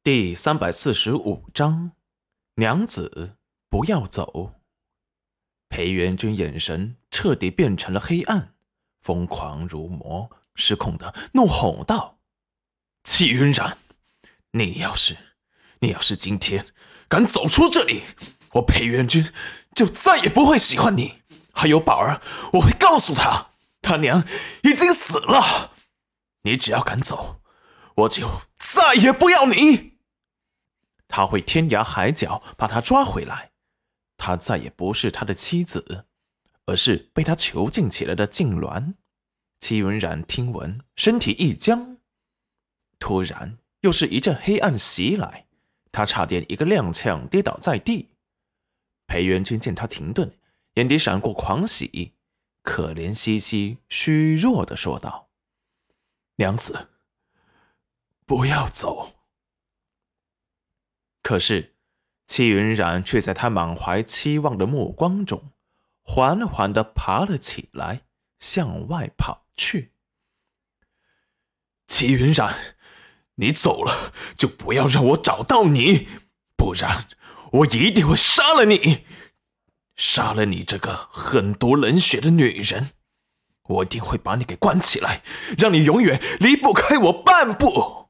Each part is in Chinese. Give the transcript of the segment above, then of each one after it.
第345章，娘子不要走。裴元君眼神彻底变成了黑暗，疯狂如魔，失控的怒吼道：戚云染，你要是今天敢走出这里，我裴元君就再也不会喜欢你。还有宝儿，我会告诉他，他娘已经死了。你只要敢走，我就再也不要你。他会天涯海角把他抓回来，他再也不是他的妻子，而是被他囚禁起来的痉挛。戚云染听闻，身体一僵，突然又是一阵黑暗袭来，他差点一个踉跄跌倒在地。裴元君见他停顿，眼底闪过狂喜，可怜兮兮虚弱地说道：娘子，不要走。可是戚云染却在他满怀期望的目光中缓缓地爬了起来，向外跑去。戚云染，你走了就不要让我找到你，不然我一定会杀了你，杀了你这个狠毒冷血的女人。我一定会把你给关起来，让你永远离不开我半步。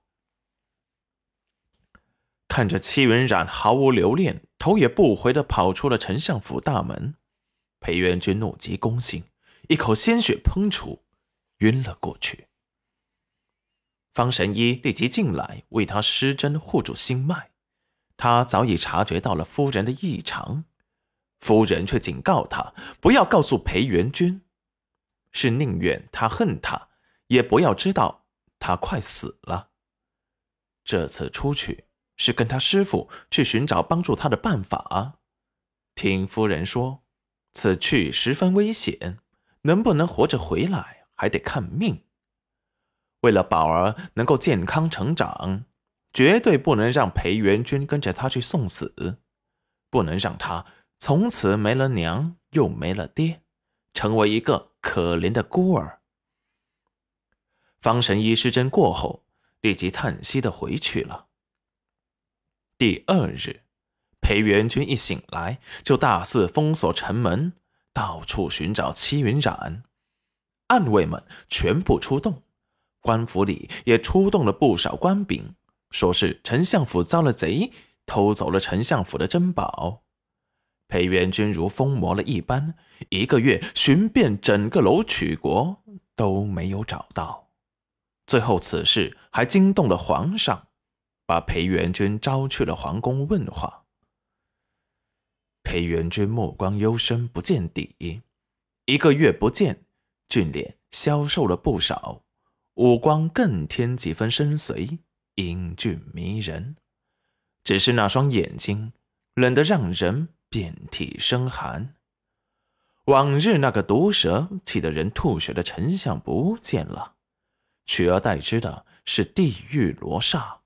看着戚云染毫无留恋，头也不回地跑出了丞相府大门，裴元君怒极攻心，一口鲜血喷出，晕了过去。方神医立即进来为他施针护住心脉，他早已察觉到了夫人的异常，夫人却警告他不要告诉裴元君，是宁愿他恨他，也不要知道他快死了。这次出去是跟他师父去寻找帮助他的办法。听夫人说，此去十分危险，能不能活着回来还得看命。为了宝儿能够健康成长，绝对不能让裴元君跟着他去送死，不能让他从此没了娘又没了爹，成为一个可怜的孤儿。方神医施针过后，立即叹息地回去了。第二日，裴元君一醒来就大肆封锁城门，到处寻找戚云染。暗卫们全部出动，官府里也出动了不少官兵，说是丞相府遭了贼，偷走了丞相府的珍宝。裴元君如疯魔了一般，一个月寻遍整个楼曲国都没有找到。最后此事还惊动了皇上，把裴元君招去了皇宫问话。裴元君目光幽深不见底，一个月不见，俊脸消瘦了不少，五光更添几分深邃，英俊迷人。只是那双眼睛冷得让人遍体生寒。往日那个毒舌气得人吐血的丞相不见了，取而代之的是地狱罗刹。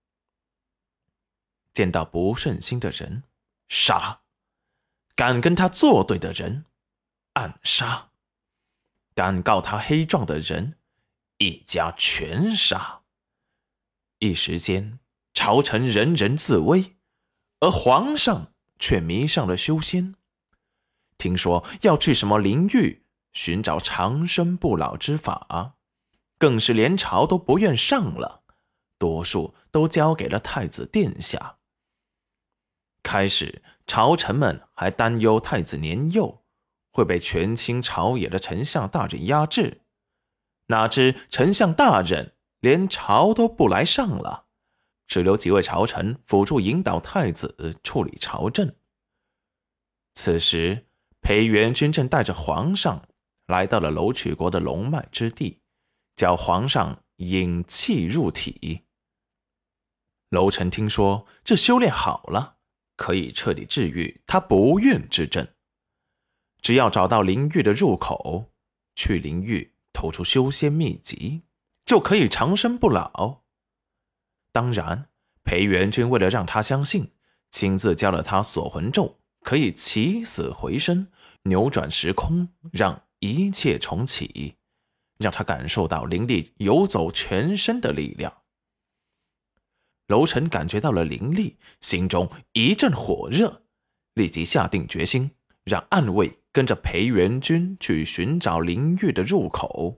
见到不顺心的人，杀；敢跟他作对的人，暗杀；敢告他黑状的人，一家全杀。一时间，朝臣人人自危，而皇上却迷上了修仙。听说要去什么灵域寻找长生不老之法，更是连朝都不愿上了，多数都交给了太子殿下。开始朝臣们还担忧太子年幼，会被权倾朝野的丞相大人压制，哪知丞相大人连朝都不来上了，只留几位朝臣辅助引导太子处理朝政。此时裴元君正带着皇上来到了楼曲国的龙脉之地，叫皇上引气入体。楼臣听说这修炼好了，可以彻底治愈他不孕之症。只要找到灵域的入口，去灵域偷出修仙秘籍，就可以长生不老。当然，裴元君为了让他相信，亲自教了他锁魂咒，可以起死回生，扭转时空，让一切重启，让他感受到灵力游走全身的力量。 楼臣感觉到了灵力，心中一阵火热，立即下定决心，让暗卫跟着裴元君去寻找灵域的入口。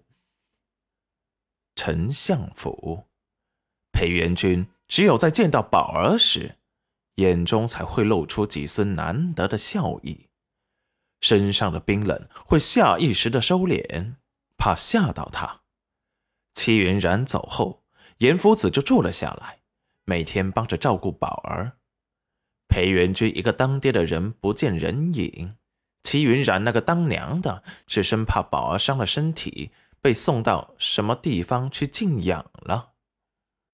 丞相府，裴元君只有在见到宝儿时，眼中才会露出几丝难得的笑意，身上的冰冷会下意识地收敛，怕吓到他。戚云染走后，严夫子就住了下来，每天帮着照顾宝儿。裴元君一个当爹的人不见人影，戚云染那个当娘的是生怕宝儿伤了身体，被送到什么地方去静养了。